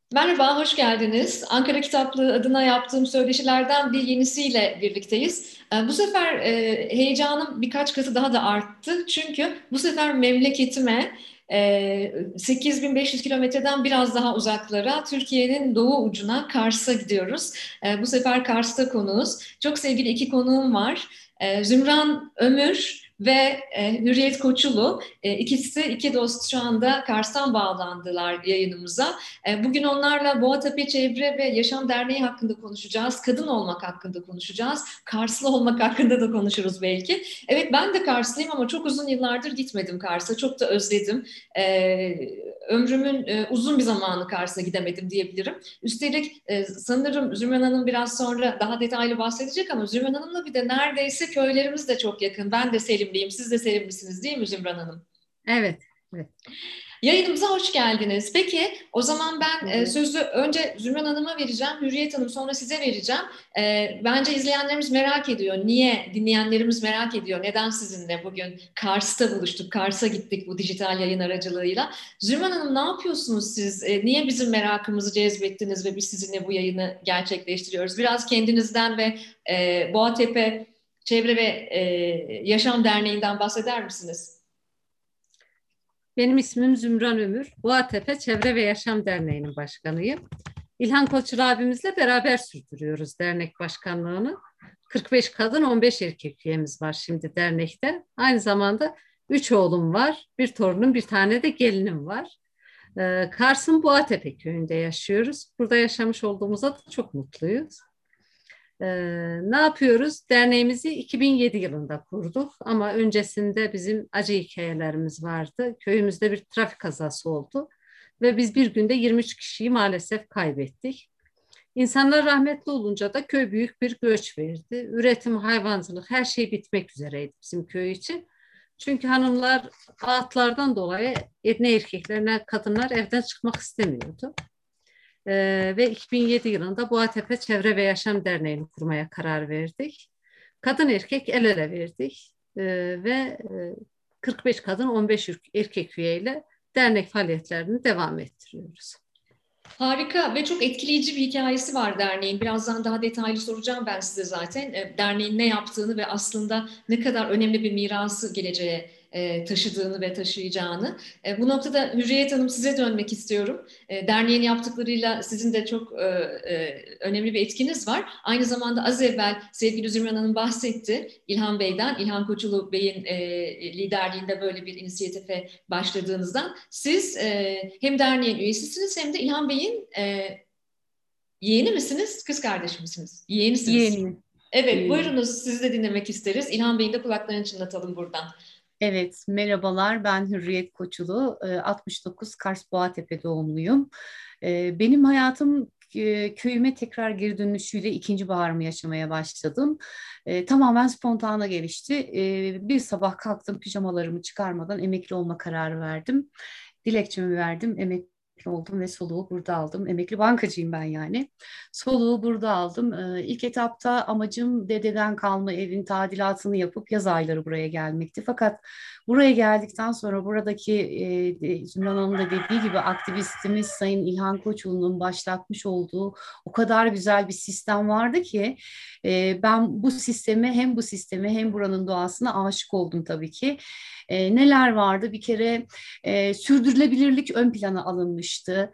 Merhaba, hoş geldiniz. Ankara Kitaplığı adına yaptığım söyleşilerden bir yenisiyle birlikteyiz. Bu sefer heyecanım birkaç katı daha da arttı. Çünkü bu sefer memleketime 8500 kilometreden biraz daha uzaklara, Türkiye'nin doğu ucuna Kars'a gidiyoruz. Bu sefer Kars'ta konuğuz. Çok sevgili iki konuğum var. Zümran Ömür ve Hürriyet Koçulu. İkisi iki dost şu anda Kars'tan bağlandılar yayınımıza. Bugün onlarla Boğatepe Çevre ve Yaşam Derneği hakkında konuşacağız. Kadın olmak hakkında konuşacağız. Karslı olmak hakkında da konuşuruz belki. Evet, ben de Karslıyım ama çok uzun yıllardır gitmedim Kars'a. Çok da özledim. Ömrümün uzun bir zamanı Kars'a gidemedim diyebilirim. Üstelik sanırım Zümran Hanım biraz sonra daha detaylı bahsedecek ama Zümran Hanım'la bir de neredeyse köylerimiz de çok yakın. Ben de Selimliyim, siz de Selimlisiniz değil mi Zümran Hanım? Evet, evet. Yayınımıza hoş geldiniz. Peki, o zaman ben Evet. sözü önce Zümran Hanım'a vereceğim, Hürriyet Hanım sonra size vereceğim. Bence izleyenlerimiz merak ediyor. Niye? Dinleyenlerimiz merak ediyor. Neden sizinle bugün Kars'ta buluştuk, Kars'a gittik bu dijital yayın aracılığıyla. Zümran Hanım ne yapıyorsunuz siz? Niye bizim merakımızı cezbettiniz ve biz sizinle bu yayını gerçekleştiriyoruz? Biraz kendinizden ve Boğatepe Çevre ve Yaşam Derneği'nden bahseder misiniz? Benim ismim Zümran Ömür. Boğatepe Çevre ve Yaşam Derneği'nin başkanıyım. İlhan Koçur abimizle beraber sürdürüyoruz dernek başkanlığını. 45 kadın, 15 erkek üyemiz var şimdi dernekte. Aynı zamanda 3 oğlum var, bir torunum, bir tane de gelinim var. Kars'ın Boğatepe köyünde yaşıyoruz. Burada yaşamış olduğumuza da çok mutluyuz. Ne yapıyoruz? Derneğimizi 2007 yılında kurduk ama öncesinde bizim acı hikayelerimiz vardı. Köyümüzde bir trafik kazası oldu ve biz bir günde 23 kişiyi maalesef kaybettik. İnsanlar rahmetli olunca da köy büyük bir göç verdi. Üretim, hayvancılık her şey bitmek üzereydi bizim köy için. Çünkü hanımlar ağıtlardan dolayı ne erkekler ne kadınlar evden çıkmak istemiyordu. Ve 2007 yılında Boğatepe Çevre ve Yaşam Derneği'ni kurmaya karar verdik. Kadın erkek el ele verdik. Ve 45 kadın 15 erkek üyeyle dernek faaliyetlerini devam ettiriyoruz. Harika ve çok etkileyici bir hikayesi var derneğin. Birazdan daha detaylı soracağım ben size zaten. Derneğin ne yaptığını ve aslında ne kadar önemli bir mirası geleceğe taşıdığını ve taşıyacağını. Bu noktada Hürriyet Hanım size dönmek istiyorum. Derneğin yaptıklarıyla sizin de çok önemli bir etkiniz var. Aynı zamanda az evvel sevgili Zümran Hanım bahsetti İlhan Bey'den, İlhan Koçulu Bey'in liderliğinde böyle bir inisiyatife başladığınızdan. Siz hem derneğin üyesisiniz hem de İlhan Bey'in yeğeni misiniz, kız kardeşi misiniz? Yeğenisiniz. Yeğeniyim. Evet, Yeğeniyim. buyurunuz sizi de dinlemek isteriz. İlhan Bey'in de kulaklarını çınlatalım buradan. Evet, merhabalar. Ben Hürriyet Koçulu. 69 Kars Boğatepe doğumluyum. Benim hayatım köyüme tekrar geri dönüşüyle ikinci baharımı yaşamaya başladım. Tamamen spontane gelişti. Bir sabah kalktım, pijamalarımı çıkarmadan emekli olma kararı verdim. Dilekçemi verdim, emekli oldum ve soluğu burada aldım. Emekli bankacıyım ben yani. Soluğu burada aldım. İlk etapta amacım dededen kalma evin tadilatını yapıp yaz ayları buraya gelmekti. Fakat buraya geldikten sonra buradaki Zümran Hanım'ın da dediği gibi aktivistimiz Sayın İlhan Koçulu'nun başlatmış olduğu o kadar güzel bir sistem vardı ki ben bu sisteme hem buranın doğasına aşık oldum tabii ki. Neler vardı? Bir kere sürdürülebilirlik ön plana alınmıştı.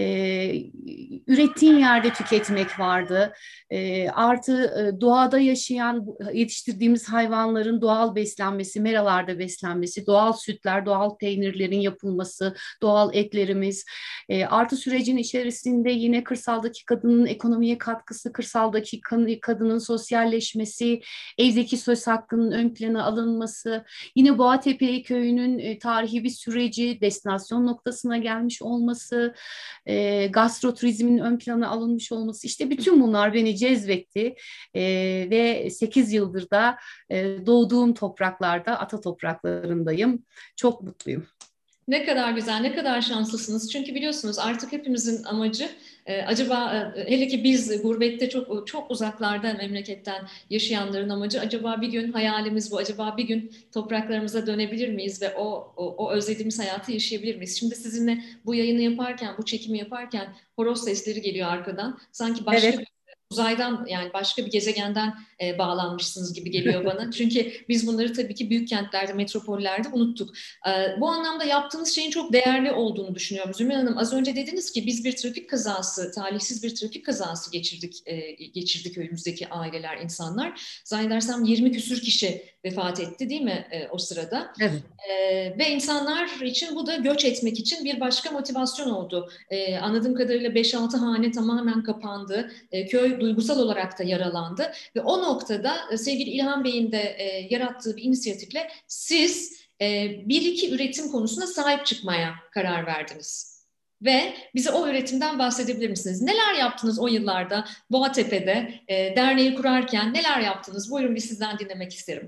Ürettiğin yerde tüketmek vardı. Artı doğada yaşayan yetiştirdiğimiz hayvanların doğal beslenmesi, meralarda beslenmesi, doğal sütler, doğal peynirlerin yapılması, doğal etlerimiz. Artı sürecin içerisinde yine kırsaldaki kadının ekonomiye katkısı, kırsaldaki kadının sosyalleşmesi, evdeki söz hakkının ön plana alınması, yine Boğatepe köyünün tarihi bir süreci, destinasyon noktasına gelmiş olması, gastroturizmin ön plana alınmış olması, işte bütün bunlar beni cezbetti. Ve 8 yıldır da doğduğum topraklarda, ata topraklarındayım. Çok mutluyum. Ne kadar güzel, ne kadar şanslısınız. Çünkü biliyorsunuz artık hepimizin amacı acaba hele ki biz gurbette çok çok uzaklarda memleketten yaşayanların amacı acaba bir gün hayalimiz bu. Acaba bir gün topraklarımıza dönebilir miyiz ve o özlediğimiz hayatı yaşayabilir miyiz? Şimdi sizinle bu yayını yaparken, bu çekimi yaparken horoz sesleri geliyor arkadan. Sanki başka Evet. bir uzaydan yani başka bir gezegenden bağlanmışsınız gibi geliyor bana. Çünkü biz bunları tabii ki büyük kentlerde, metropollerde unuttuk. Bu anlamda yaptığınız şeyin çok değerli olduğunu düşünüyorum. Zümrüt Hanım az önce dediniz ki biz bir trafik kazası, talihsiz bir trafik kazası geçirdik köyümüzdeki aileler, insanlar. Zannedersem 20 küsür kişi vefat etti değil mi o sırada? Evet. Ve insanlar için bu da göç etmek için bir başka motivasyon oldu. Anladığım kadarıyla 5-6 hane tamamen kapandı. Köy duygusal olarak da yaralandı. Ve o noktada sevgili İlhan Bey'in de yarattığı bir inisiyatifle siz bir iki üretim konusuna sahip çıkmaya karar verdiniz. Ve bize o üretimden bahsedebilir misiniz? Neler yaptınız o yıllarda Boğatepe'de derneği kurarken neler yaptınız? Buyurun bir sizden dinlemek isterim.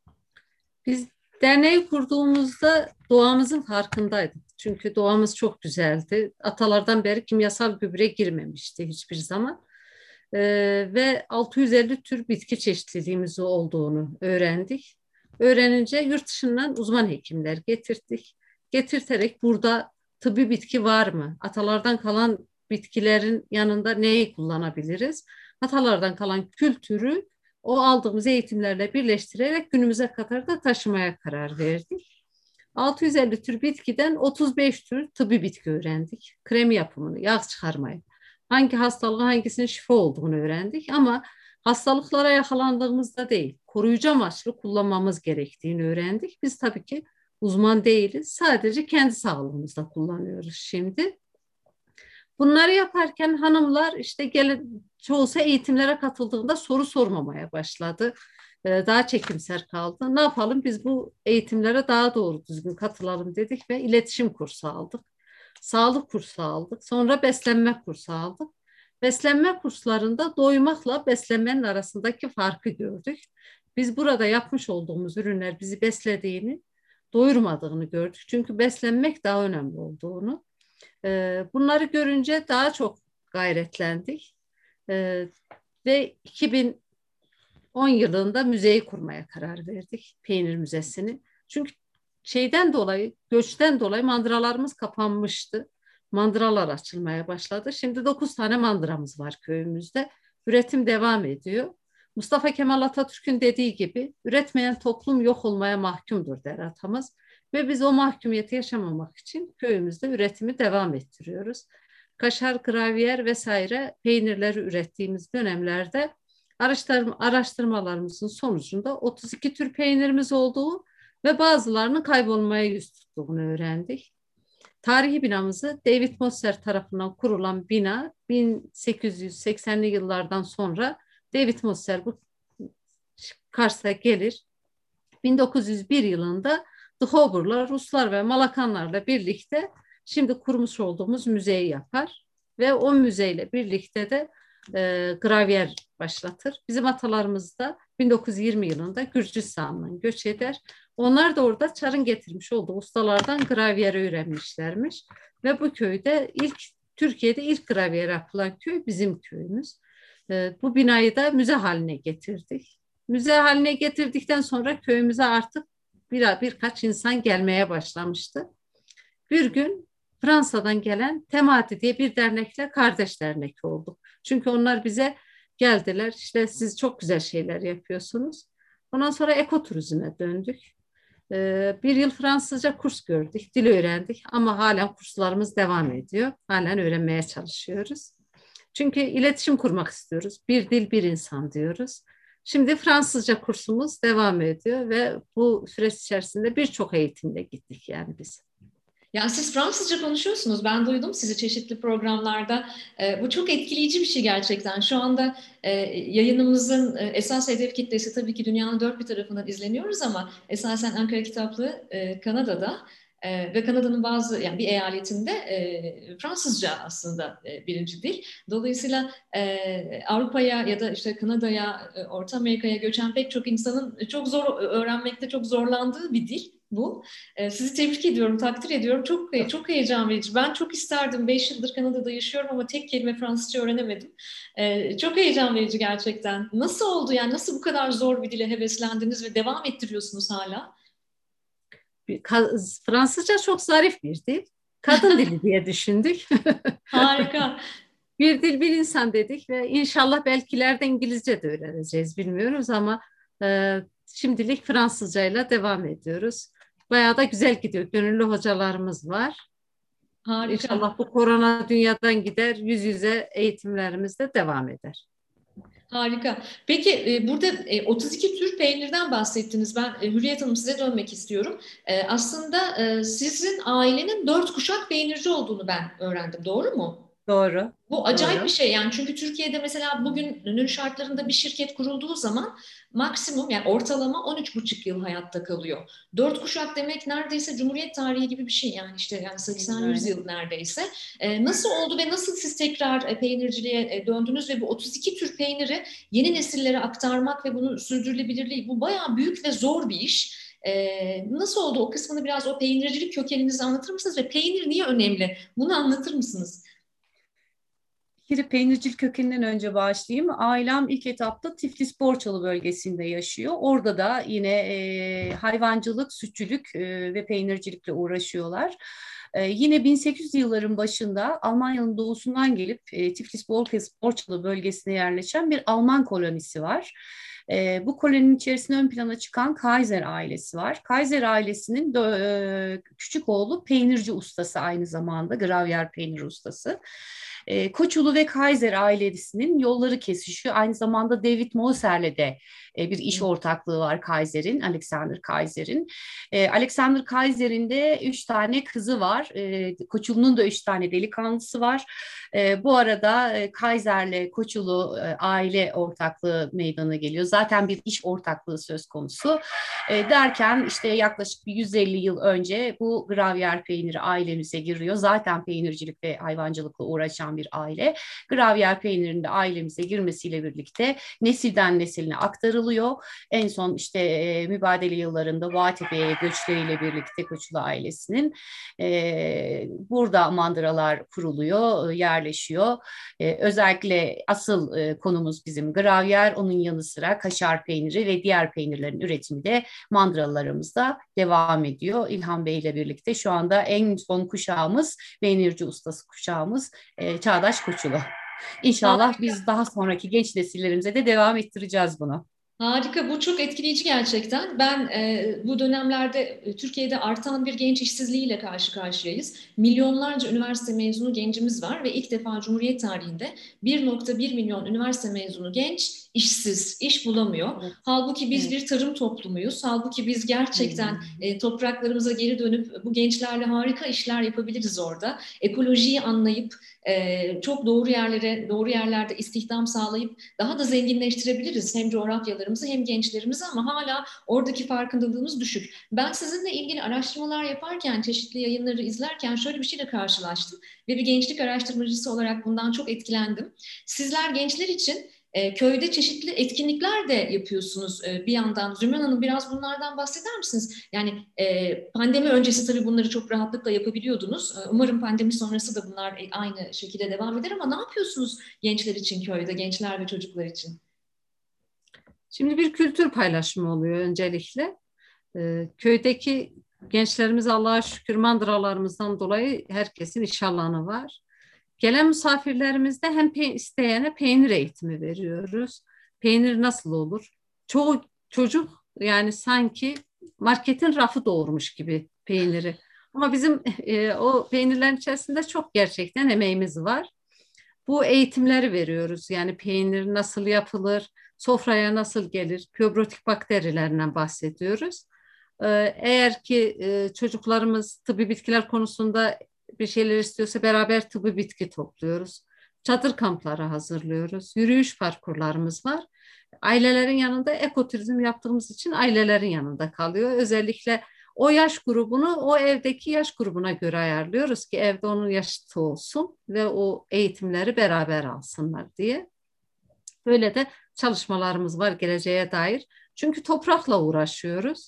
Biz derneği kurduğumuzda doğamızın farkındaydık. Çünkü doğamız çok güzeldi. Atalardan beri kimyasal gübre girmemişti hiçbir zaman. Ve 650 tür bitki çeşitliliğimiz olduğunu öğrendik. Öğrenince yurt dışından uzman hekimler getirdik. Getirterek burada tıbbi bitki var mı? Atalardan kalan bitkilerin yanında neyi kullanabiliriz? Atalardan kalan kültürü o aldığımız eğitimlerle birleştirerek günümüze kadar da taşımaya karar verdik. 650 tür bitkiden 35 tür tıbbi bitki öğrendik. Krem yapımını, yağ çıkarmayı, hangi hastalığın hangisinin şifa olduğunu öğrendik ama hastalıklara yakalandığımızda değil, koruyucu amaçlı kullanmamız gerektiğini öğrendik. Biz tabii ki uzman değiliz. Sadece kendi sağlığımızda kullanıyoruz şimdi. Bunları yaparken hanımlar işte çoğusu eğitimlere katıldığında soru sormamaya başladı. Daha çekimser kaldı. Ne yapalım biz bu eğitimlere daha doğru düzgün katılalım dedik ve iletişim kursu aldık. Sağlık kursu aldık. Sonra beslenme kursu aldık. Beslenme kurslarında doymakla beslenmenin arasındaki farkı gördük. Biz burada yapmış olduğumuz ürünler bizi beslediğini, doyurmadığını gördük. Çünkü beslenmek daha önemli olduğunu. Bunları görünce daha çok gayretlendik. Ve 2010 yılında müzeyi kurmaya karar verdik. Peynir Müzesi'ni. Çünkü şeyden dolayı, göçten dolayı mandıralarımız kapanmıştı. Mandıralar açılmaya başladı. Şimdi 9 tane mandıramız var köyümüzde. Üretim devam ediyor. Mustafa Kemal Atatürk'ün dediği gibi üretmeyen toplum yok olmaya mahkumdur der atamız. Ve biz o mahkumiyeti yaşamamak için köyümüzde üretimi devam ettiriyoruz. Kaşar, gravyer vesaire peynirleri ürettiğimiz dönemlerde araştırmalarımızın sonucunda 32 tür peynirimiz olduğu ve bazılarının kaybolmaya yüz tuttuğunu öğrendik. Tarihi binamızı David Mosser tarafından kurulan bina 1880'li yıllardan sonra David Mosser bu Kars'a gelir. 1901 yılında Dhoburlar, Ruslar ve Malakanlarla birlikte şimdi kurmuş olduğumuz müzeyi yapar ve o müzeyle birlikte de gravyer başlatır. Bizim atalarımız da 1920 yılında Gürcistan'dan göç eder. Onlar da orada Çar'ın getirmiş olduğu ustalardan gravyeri öğrenmişlermiş ve bu köyde Türkiye'de ilk gravyer yapılan köy bizim köyümüz. Bu binayı da müze haline getirdik. Müze haline getirdikten sonra köyümüze artık birkaç insan gelmeye başlamıştı. Bir gün Fransa'dan gelen Temati diye bir dernekle kardeş dernek olduk. Çünkü onlar bize geldiler. İşte siz çok güzel şeyler yapıyorsunuz. Ondan sonra ekoturizme döndük. Bir yıl Fransızca kurs gördük, dil öğrendik ama halen kurslarımız devam ediyor. Halen öğrenmeye çalışıyoruz. Çünkü iletişim kurmak istiyoruz. Bir dil, bir insan diyoruz. Şimdi Fransızca kursumuz devam ediyor ve bu süreç içerisinde birçok eğitimle gittik yani biz. Yani siz Fransızca konuşuyorsunuz. Ben duydum sizi çeşitli programlarda. Bu çok etkileyici bir şey gerçekten. Şu anda yayınımızın esas hedef kitlesi tabii ki dünyanın dört bir tarafından izleniyoruz ama esasen Ankara Kitaplığı Kanada'da ve Kanada'nın bazı yani bir eyaletinde Fransızca aslında birinci dil. Dolayısıyla Avrupa'ya ya da işte Kanada'ya, Orta Amerika'ya göçen pek çok insanın çok zor öğrenmekte çok zorlandığı bir dil. bu. Sizi tebrik ediyorum, takdir ediyorum. Çok heyecan verici. Ben çok isterdim. 5 yıldır Kanada'da yaşıyorum ama tek kelime Fransızca öğrenemedim. Çok heyecan verici gerçekten. Nasıl oldu yani? Nasıl bu kadar zor bir dile heveslendiniz ve devam ettiriyorsunuz hala? Fransızca çok zarif bir dil. Kadın dili diye düşündük. Harika. Bir dil bir insan dedik ve inşallah belki ileride İngilizce de öğreneceğiz bilmiyoruz ama şimdilik Fransızcayla devam ediyoruz. Bayağı da güzel gidiyor. Gönüllü hocalarımız var. Harika. İnşallah bu korona dünyadan gider, yüz yüze eğitimlerimiz de devam eder. Harika. Peki burada 32 tür peynirden bahsettiniz. Ben Hürriyet Hanım size dönmek istiyorum. Aslında sizin ailenin 4 kuşak peynirci olduğunu ben öğrendim. Doğru mu? Doğru. Bu acayip bir Doğru. şey yani, çünkü Türkiye'de mesela bugünün şartlarında bir şirket kurulduğu zaman maksimum, yani ortalama 13,5 yıl hayatta kalıyor. 4 kuşak demek neredeyse Cumhuriyet tarihi gibi bir şey yani, işte yani Aynen 80-100 öyle. yıl neredeyse. Nasıl oldu ve nasıl siz tekrar peynirciliğe döndünüz ve bu 32 tür peyniri yeni nesillere aktarmak ve bunun sürdürülebilirliği, bu bayağı büyük ve zor bir iş. Nasıl oldu, o kısmını biraz, o peynircilik kökeninizi anlatır mısınız ve peynir niye önemli? Bunu anlatır mısınız? Bir kere peynircilik kökeninden önce başlayayım. Ailem ilk etapta Tiflis Borçalı bölgesinde yaşıyor. Orada da yine hayvancılık, sütçülük ve peynircilikle uğraşıyorlar. Yine 1800 yılların başında Almanya'nın doğusundan gelip Tiflis Borçalı bölgesine yerleşen bir Alman kolonisi var. Bu koloninin içerisinde ön plana çıkan Kaiser ailesi var. Kaiser ailesinin küçük oğlu peynirci ustası, aynı zamanda gravyer peynir ustası. Koçulu ve Kaiser ailesinin yolları kesişiyor. Aynı zamanda David Moser'le de bir iş ortaklığı var Kaiser'in, Alexander Kaiser'in. Alexander Kaiser'in de 3 tane kızı var. Koçulu'nun da 3 tane delikanlısı var. Bu arada Kaiser'le Koçulu aile ortaklığı meydana geliyor. Zaten bir iş ortaklığı söz konusu. Derken işte yaklaşık bir 150 yıl önce bu gravyer peyniri ailemize giriyor. Zaten peynircilik ve hayvancılıkla uğraşan bir aile. Gravyer peynirinin de ailemize girmesiyle birlikte nesilden nesiline aktarılıyor. En son işte mübadele yıllarında Boğatepe'ye göçleriyle birlikte Koçulu ailesinin burada mandıralar kuruluyor, yerleşiyor. Özellikle asıl konumuz bizim gravyer, onun yanı sıra kaşar peyniri ve diğer peynirlerin üretimi de mandıralarımızda devam ediyor. İlhan Bey ile birlikte şu anda en son kuşağımız, peynirci ustası kuşağımız Çağdaş Koçulu. İnşallah biz daha sonraki genç nesillerimize de devam ettireceğiz bunu. Harika, bu çok etkileyici gerçekten. Ben bu dönemlerde Türkiye'de artan bir genç işsizliğiyle karşı karşıyayız. Milyonlarca üniversite mezunu gencimiz var ve ilk defa Cumhuriyet tarihinde 1,1 milyon üniversite mezunu genç işsiz, iş bulamıyor. Evet. Halbuki biz Evet. bir tarım toplumuyuz. Halbuki biz gerçekten topraklarımıza geri dönüp bu gençlerle harika işler yapabiliriz orada. Ekolojiyi anlayıp çok doğru yerlerde istihdam sağlayıp daha da zenginleştirebiliriz hem coğrafyalarımızı hem gençlerimizi, ama hala oradaki farkındalığımız düşük. Ben sizinle ilgili araştırmalar yaparken, çeşitli yayınları izlerken şöyle bir şeyle karşılaştım ve bir gençlik araştırmacısı olarak bundan çok etkilendim. Sizler gençler için köyde çeşitli etkinlikler de yapıyorsunuz bir yandan. Zümran Hanım, biraz bunlardan bahseder misiniz? Yani pandemi öncesi tabii bunları çok rahatlıkla yapabiliyordunuz. Umarım pandemi sonrası da bunlar aynı şekilde devam eder, ama ne yapıyorsunuz gençler için köyde, gençler ve çocuklar için? Şimdi bir kültür paylaşımı oluyor öncelikle. Köydeki gençlerimiz Allah'a şükür mandıralarımızdan dolayı herkesin iş alanı var. Gelen misafirlerimizde hem isteyene peynir eğitimi veriyoruz. Peynir nasıl olur? Çoğu çocuk yani sanki marketin rafı doğurmuş gibi peyniri. Ama bizim o peynirlerin içerisinde çok gerçekten emeğimiz var. Bu eğitimleri veriyoruz. Yani peynir nasıl yapılır, sofraya nasıl gelir, probiyotik bakterilerinden bahsediyoruz. Eğer ki çocuklarımız tıbbi bitkiler konusunda bir şeyler istiyorsa beraber tıbbi bitki topluyoruz. Çadır kampları hazırlıyoruz. Yürüyüş parkurlarımız var. Ailelerin yanında ekoturizm yaptığımız için ailelerin yanında kalıyor. Özellikle o yaş grubunu o evdeki yaş grubuna göre ayarlıyoruz ki evde onun yaşıtı olsun ve o eğitimleri beraber alsınlar diye. Böyle de çalışmalarımız var geleceğe dair. Çünkü toprakla uğraşıyoruz.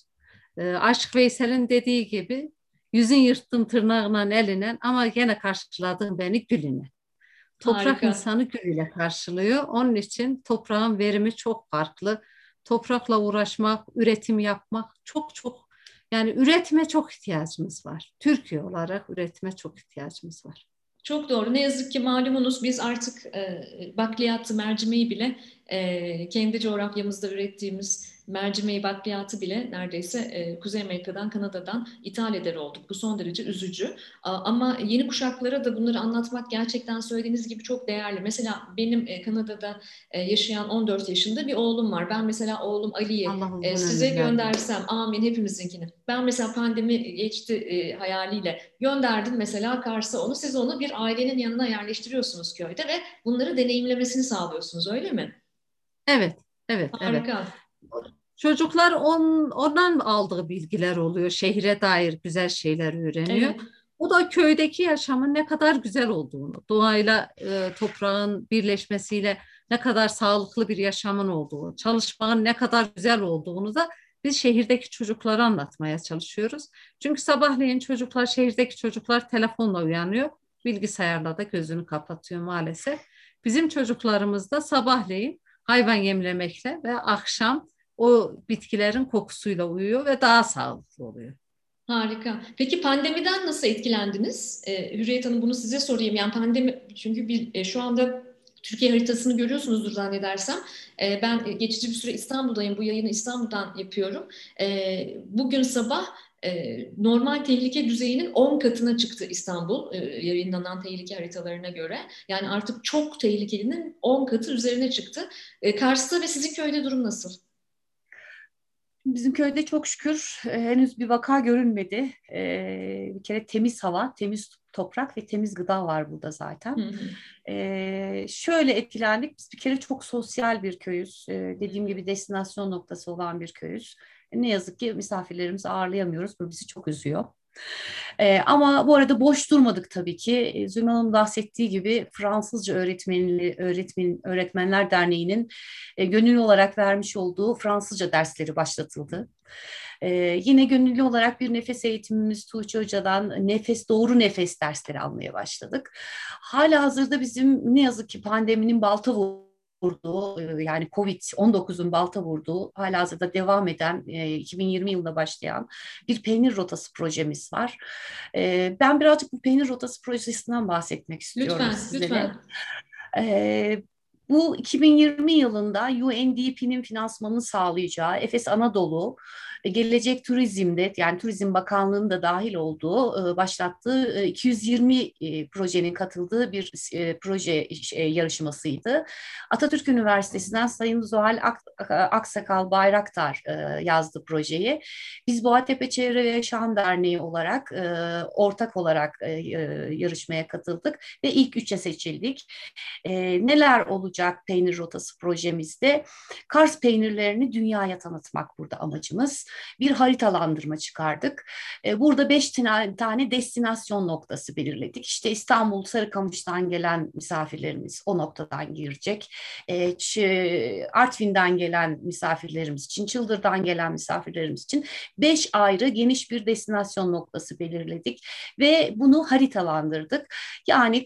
Aşık Veysel'in dediği gibi yüzün yırttım tırnağına eline ama gene karşıladın beni gülüne. Toprak Harika. insanı gülüyle karşılıyor. Onun için toprağın verimi çok farklı. Toprakla uğraşmak, üretim yapmak çok çok yani üretime çok ihtiyacımız var. Türkiye olarak üretime çok ihtiyacımız var. Çok doğru. Ne yazık ki malumunuz biz artık bakliyatı, mercimeği bile kendi coğrafyamızda ürettiğimiz mercimeği, bakliyatı bile neredeyse Kuzey Amerika'dan, Kanada'dan ithal eder olduk. Bu son derece üzücü. Ama yeni kuşaklara da bunları anlatmak gerçekten söylediğiniz gibi çok değerli. Mesela benim Kanada'da yaşayan 14 yaşında bir oğlum var. Ben mesela oğlum Ali'yi Allah uzun size ömür versin. göndersem, amin hepimizinkini. Ben mesela pandemi geçti hayaliyle gönderdim mesela Kars'a onu. Siz onu bir ailenin yanına yerleştiriyorsunuz köyde ve bunları deneyimlemesini sağlıyorsunuz, öyle mi? Evet, evet, evet. Harika. Çocuklar ondan aldığı bilgiler oluyor. Şehre dair güzel şeyler öğreniyor. Evet. O da köydeki yaşamın ne kadar güzel olduğunu, doğayla toprağın birleşmesiyle ne kadar sağlıklı bir yaşamın olduğunu, çalışmanın ne kadar güzel olduğunu da biz şehirdeki çocuklara anlatmaya çalışıyoruz. Çünkü sabahleyin çocuklar, şehirdeki çocuklar telefonla uyanıyor, bilgisayarla da gözünü kapatıyor maalesef. Bizim çocuklarımız da sabahleyin hayvan yemlemekle ve akşam o bitkilerin kokusuyla uyuyor ve daha sağlıklı oluyor. Harika. Peki pandemiden nasıl etkilendiniz? Hürriyet Hanım, bunu size sorayım. Yani pandemi, çünkü şu anda Türkiye haritasını görüyorsunuzdur zannedersem. Ben geçici bir süre İstanbul'dayım. Bu yayını İstanbul'dan yapıyorum. Bugün sabah normal tehlike düzeyinin 10 katına çıktı İstanbul yayınlanan tehlike haritalarına göre. Yani artık çok tehlikelinin 10 katı üzerine çıktı. Kars'ta ve sizin köyde durum nasıl? Bizim köyde çok şükür henüz bir vaka görülmedi. Bir kere temiz hava, temiz toprak ve temiz gıda var burada Hı zaten. hı. Şöyle etkilendik. Biz bir kere çok sosyal bir köyüz. Dediğim gibi destinasyon noktası olan bir köyüz. Ne yazık ki misafirlerimizi ağırlayamıyoruz. Bu bizi çok üzüyor. Ama bu arada boş durmadık tabii ki. Zülmü Hanım bahsettiği gibi Fransızca Öğretmenler Derneği'nin gönüllü olarak vermiş olduğu Fransızca dersleri başlatıldı. Yine gönüllü olarak bir nefes eğitimimiz Tuğçe Hoca'dan doğru nefes dersleri almaya başladık. Hala hazırda bizim ne yazık ki pandeminin balta vurduğu, yani Covid-19'un balta vurduğu, halihazırda devam eden 2020 yılında başlayan bir peynir rotası projemiz var. Ben birazcık bu peynir rotası projesinden bahsetmek istiyorum Lütfen, sizlere. lütfen. E, Bu 2020 yılında UNDP'nin finansmanını sağlayacağı Efes Anadolu Gelecek Turizm'de, yani Turizm Bakanlığı'nın da dahil olduğu başlattığı 220 projenin katıldığı bir proje yarışmasıydı. Atatürk Üniversitesi'nden Sayın Zuhal Aksakal Bayraktar yazdı projeyi. Biz Boğatepe Çevre ve Yaşam Derneği olarak ortak olarak yarışmaya katıldık ve ilk üçe seçildik. Neler olacak peynir rotası projemizde? Kars peynirlerini dünyaya tanıtmak burada amacımız. Bir haritalandırma çıkardık. Burada 5 tane destinasyon noktası belirledik. İşte İstanbul Sarıkamış'tan gelen misafirlerimiz o noktadan girecek. Artvin'den gelen misafirlerimiz için, Çıldır'dan gelen misafirlerimiz için 5 ayrı geniş bir destinasyon noktası belirledik ve bunu haritalandırdık. Yani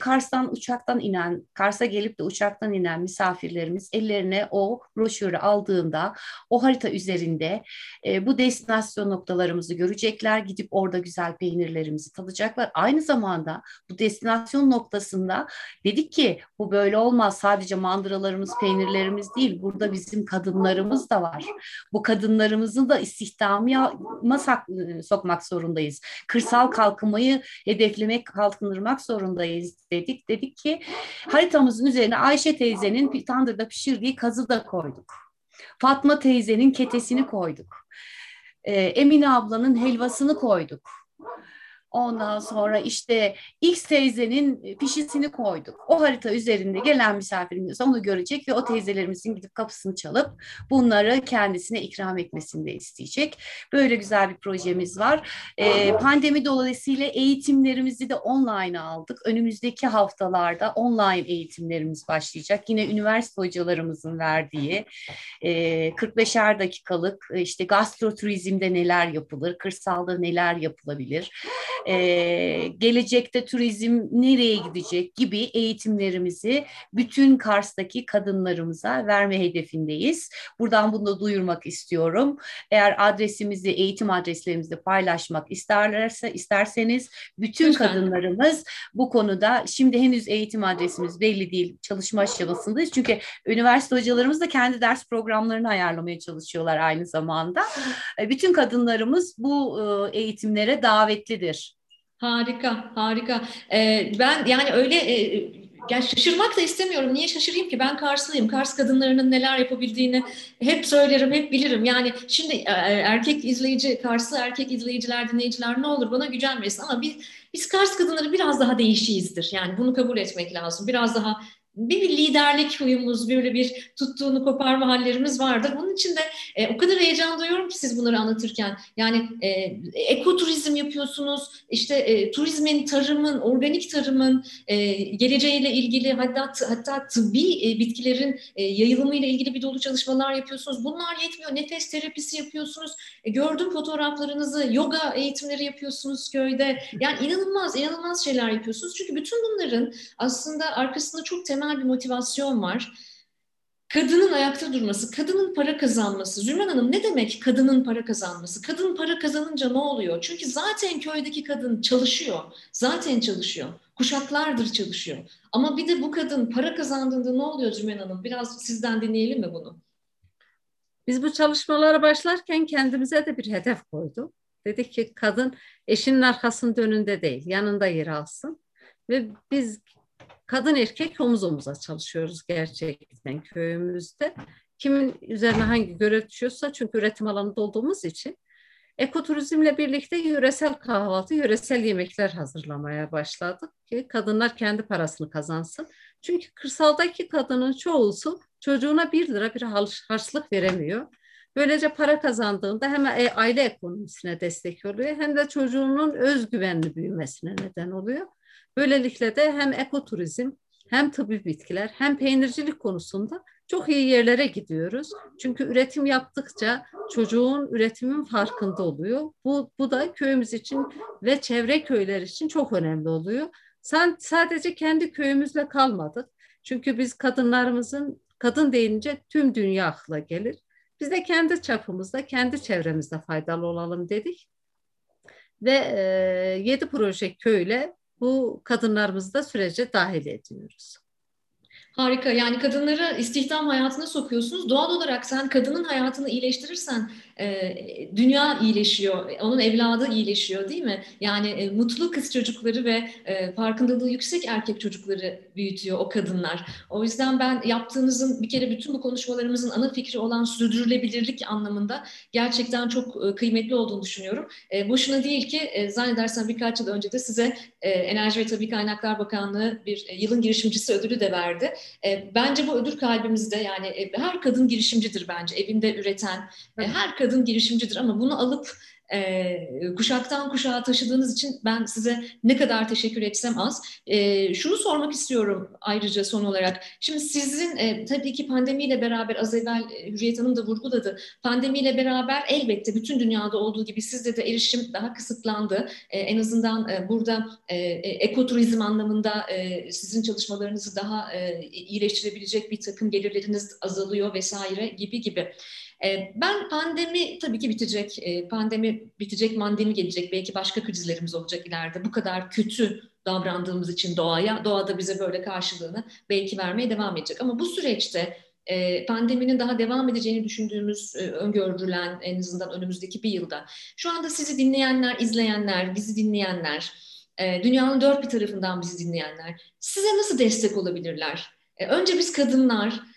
Kars'a gelip de uçaktan inen misafirlerimiz ellerine o broşürü aldığında o harita üzerinde bu destinasyon noktalarımızı görecekler. Gidip orada güzel peynirlerimizi tadacaklar. Aynı zamanda bu destinasyon noktasında dedik ki bu böyle olmaz. Sadece mandıralarımız, peynirlerimiz değil. Burada bizim kadınlarımız da var. Bu kadınlarımızı da istihdama sokmak zorundayız. Kırsal kalkınmayı hedeflemek, kalkındırmak zorundayız dedik. Dedik ki haritamızın üzerine Ayşe teyzenin tandırda pişirdiği kazı da koyduk. Fatma teyzenin ketesini koyduk. Emine ablanın helvasını koyduk. Ondan sonra işte X teyzenin fişisini koyduk. O harita üzerinde gelen misafirimiz onu görecek ve o teyzelerimizin gidip kapısını çalıp bunları kendisine ikram etmesini de isteyecek. Böyle güzel bir projemiz var. Pandemi dolayısıyla eğitimlerimizi de online aldık. Önümüzdeki haftalarda online eğitimlerimiz başlayacak. Yine üniversite hocalarımızın verdiği 45'er dakikalık işte gastroturizmde neler yapılır, kırsalda neler yapılabilir, gelecekte turizm nereye gidecek gibi eğitimlerimizi bütün Kars'taki kadınlarımıza verme hedefindeyiz. Buradan bunu da duyurmak istiyorum. Eğer adresimizi, eğitim adreslerimizi paylaşmak isterseniz bütün Lütfen. kadınlarımız bu konuda, şimdi henüz eğitim adresimiz belli değil, çalışma aşamasındayız. Çünkü üniversite hocalarımız da kendi ders programlarını ayarlamaya çalışıyorlar aynı zamanda. Bütün kadınlarımız bu eğitimlere davetlidir. Harika, harika. Ben yani öyle yani şaşırmak da istemiyorum. Niye şaşırayım ki? Ben Karslıyım. Kars kadınlarının neler yapabildiğini hep söylerim, hep bilirim. Yani şimdi erkek izleyici, Karslı erkek izleyiciler, dinleyiciler ne olur bana gücenmesin ama biz Kars kadınları biraz daha değişiyizdir. Yani bunu kabul etmek lazım. Biraz daha bir liderlik huyumuz, böyle bir tuttuğunu koparma hallerimiz vardır. Bunun için de o kadar heyecan duyuyorum ki siz bunları anlatırken. Yani ekoturizm yapıyorsunuz, işte turizmin, tarımın, organik tarımın geleceğiyle ilgili, hatta tıbbi bitkilerin yayılımıyla ilgili bir dolu çalışmalar yapıyorsunuz. Bunlar yetmiyor. Nefes terapisi yapıyorsunuz. Gördüm fotoğraflarınızı. Yoga eğitimleri yapıyorsunuz köyde. Yani inanılmaz, inanılmaz şeyler yapıyorsunuz. Çünkü bütün bunların aslında arkasında çok temel bir motivasyon var. Kadının ayakta durması, kadının para kazanması. Zümran Hanım, ne demek kadının para kazanması? Kadın para kazanınca ne oluyor? Çünkü zaten köydeki kadın çalışıyor. Zaten çalışıyor. Kuşaklardır çalışıyor. Ama bir de bu kadın para kazandığında ne oluyor Zümran Hanım? Biraz sizden dinleyelim mi bunu? Biz bu çalışmalara başlarken kendimize de bir hedef koyduk. Dedik ki kadın eşinin arkasında önünde değil, yanında yer alsın. Ve biz kadın erkek omuz omuza çalışıyoruz gerçekten köyümüzde. Kimin üzerine hangi görev düşüyorsa, çünkü üretim alanında olduğumuz için ekoturizmle birlikte yöresel kahvaltı, yöresel yemekler hazırlamaya başladık ki kadınlar kendi parasını kazansın. Çünkü kırsaldaki kadının çoğusu çocuğuna 1 lira bir harçlık veremiyor. Böylece para kazandığında hem aile ekonomisine destek oluyor hem de çocuğunun özgüvenli büyümesine neden oluyor. Böylelikle de hem ekoturizm hem tıbbi bitkiler hem peynircilik konusunda çok iyi yerlere gidiyoruz. Çünkü üretim yaptıkça çocuğun üretimin farkında oluyor. Bu da köyümüz için ve çevre köyler için çok önemli oluyor. Sadece kendi köyümüzle kalmadık. Çünkü biz kadın deyince tüm dünya akla gelir. Biz de kendi çapımızda, kendi çevremizde faydalı olalım dedik. Ve 7 proje köyle bu kadınlarımızı da sürece dahil ediyoruz. Harika. Yani kadınları istihdam hayatına sokuyorsunuz. Doğal olarak sen kadının hayatını iyileştirirsen dünya iyileşiyor. Onun evladı iyileşiyor, değil mi? Yani mutlu kız çocukları ve farkındalığı yüksek erkek çocukları büyütüyor o kadınlar. O yüzden ben yaptığınızın bir kere bütün bu konuşmalarımızın ana fikri olan sürdürülebilirlik anlamında gerçekten çok kıymetli olduğunu düşünüyorum. Boşuna değil ki zannedersem birkaç yıl önce de size Enerji ve Tabii Kaynaklar Bakanlığı bir yılın girişimcisi ödülü de verdi. Bence bu ödül kalbimizde, yani her kadın girişimcidir bence, evinde üreten her kadın girişimcidir ama bunu alıp kuşaktan kuşağa taşıdığınız için ben size ne kadar teşekkür etsem az. Şunu sormak istiyorum ayrıca son olarak. Şimdi sizin tabii ki pandemiyle beraber, az evvel Hürriyet Hanım da vurguladı. Pandemiyle beraber elbette bütün dünyada olduğu gibi sizde de erişim daha kısıtlandı. En azından burada ekoturizm anlamında sizin çalışmalarınızı daha iyileştirebilecek bir takım gelirleriniz azalıyor vesaire gibi. Ben pandemi tabii ki bitecek, pandemi bitecek, mandemi gelecek, belki başka krizlerimiz olacak ileride. Bu kadar kötü davrandığımız için doğaya, doğa da bize böyle karşılığını belki vermeye devam edecek. Ama bu süreçte pandeminin daha devam edeceğini düşündüğümüz, öngörülen, en azından önümüzdeki bir yılda, şu anda sizi dinleyenler, izleyenler, bizi dinleyenler, dünyanın dört bir tarafından bizi dinleyenler, size nasıl destek olabilirler? Önce biz kadınlar,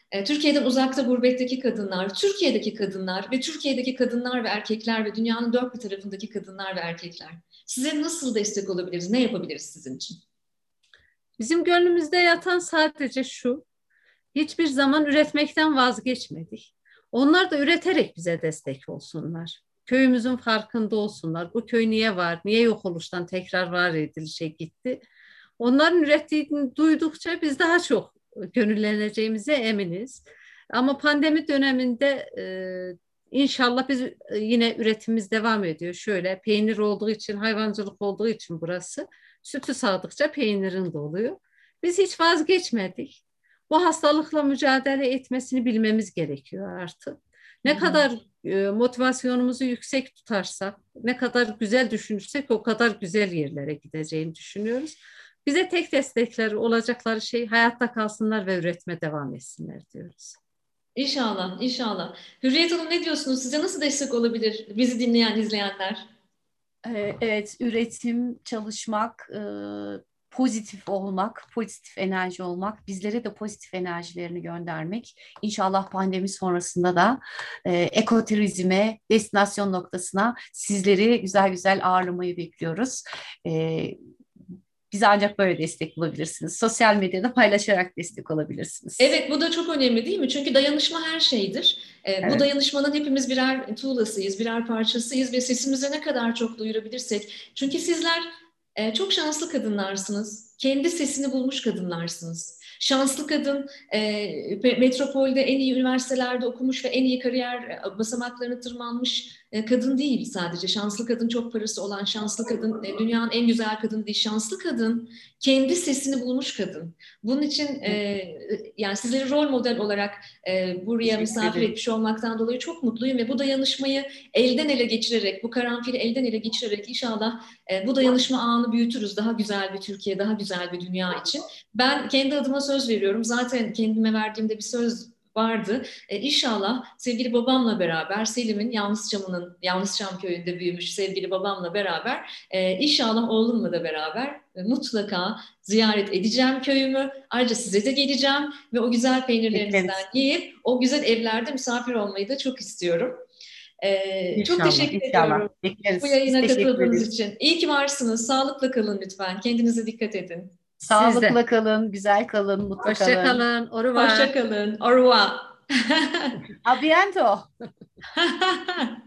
Türkiye'den uzakta gurbetteki kadınlar, Türkiye'deki kadınlar ve Türkiye'deki kadınlar ve erkekler ve dünyanın dört bir tarafındaki kadınlar ve erkekler. Size nasıl destek olabiliriz? Ne yapabiliriz sizin için? Bizim gönlümüzde yatan sadece şu: hiçbir zaman üretmekten vazgeçmedik. Onlar da üreterek bize destek olsunlar. Köyümüzün farkında olsunlar. Bu köy niye var? Niye yok oluştan tekrar var edilişe gitti? Onların ürettiğini duydukça biz daha çok gönülleneceğimize eminiz. Ama pandemi döneminde inşallah biz yine üretimimiz devam ediyor. Şöyle, peynir olduğu için, hayvancılık olduğu için burası, sütü sağdıkça peynirin de oluyor. Biz hiç vazgeçmedik. Bu hastalıkla mücadele etmesini bilmemiz gerekiyor artık. Ne kadar motivasyonumuzu yüksek tutarsak, ne kadar güzel düşünürsek o kadar güzel yerlere gideceğini düşünüyoruz. Bize tek destekleri olacakları şey hayatta kalsınlar ve üretme devam etsinler diyoruz. İnşallah, inşallah. Hürriyet Hanım ne diyorsunuz? Size nasıl destek olabilir bizi dinleyen, izleyenler? Evet, üretim, çalışmak, pozitif olmak, pozitif enerji olmak, bizlere de pozitif enerjilerini göndermek. İnşallah pandemi sonrasında da ekoturizme, destinasyon noktasına sizleri güzel güzel ağırlamayı bekliyoruz. Bize ancak böyle destek bulabilirsiniz. Sosyal medyada paylaşarak destek olabilirsiniz. Evet, bu da çok önemli değil mi? Çünkü dayanışma her şeydir. Bu Evet. dayanışmanın hepimiz birer tuğlasıyız, birer parçasıyız ve sesimizi ne kadar çok duyurabilirsek. Çünkü sizler çok şanslı kadınlarsınız. Kendi sesini bulmuş kadınlarsınız. Şanslı kadın, metropolde en iyi üniversitelerde okumuş ve en iyi kariyer basamaklarını tırmanmış kadın değil sadece. Şanslı kadın, çok parası olan şanslı kadın, dünyanın en güzel kadın değil. Şanslı kadın, kendi sesini bulmuş kadın. Bunun için yani sizleri rol model olarak buraya misafir etmiş olmaktan dolayı çok mutluyum ve bu dayanışmayı elden ele geçirerek, bu karanfili elden ele geçirerek inşallah bu dayanışma ağını büyütürüz. Daha güzel bir Türkiye, daha güzel bir dünya için. Ben kendi adıma söz veriyorum. Zaten kendime verdiğimde bir söz vardı. İnşallah sevgili babamla beraber, Selim'in Yalnızçam köyünde büyümüş sevgili babamla beraber, inşallah oğlumla da beraber mutlaka ziyaret edeceğim köyümü. Ayrıca size de geleceğim ve o güzel peynirlerinizden yiyip o güzel evlerde misafir olmayı da çok istiyorum. Çok teşekkür ediyorum bu yayına katıldığınız için. İyi ki varsınız. Sağlıkla kalın lütfen. Kendinize dikkat edin. Sağlıkla kalın, güzel kalın, mutlu kalın. Hoşça kalın. Au revoir. Hoşça kalın. Au revoir. A bientôt.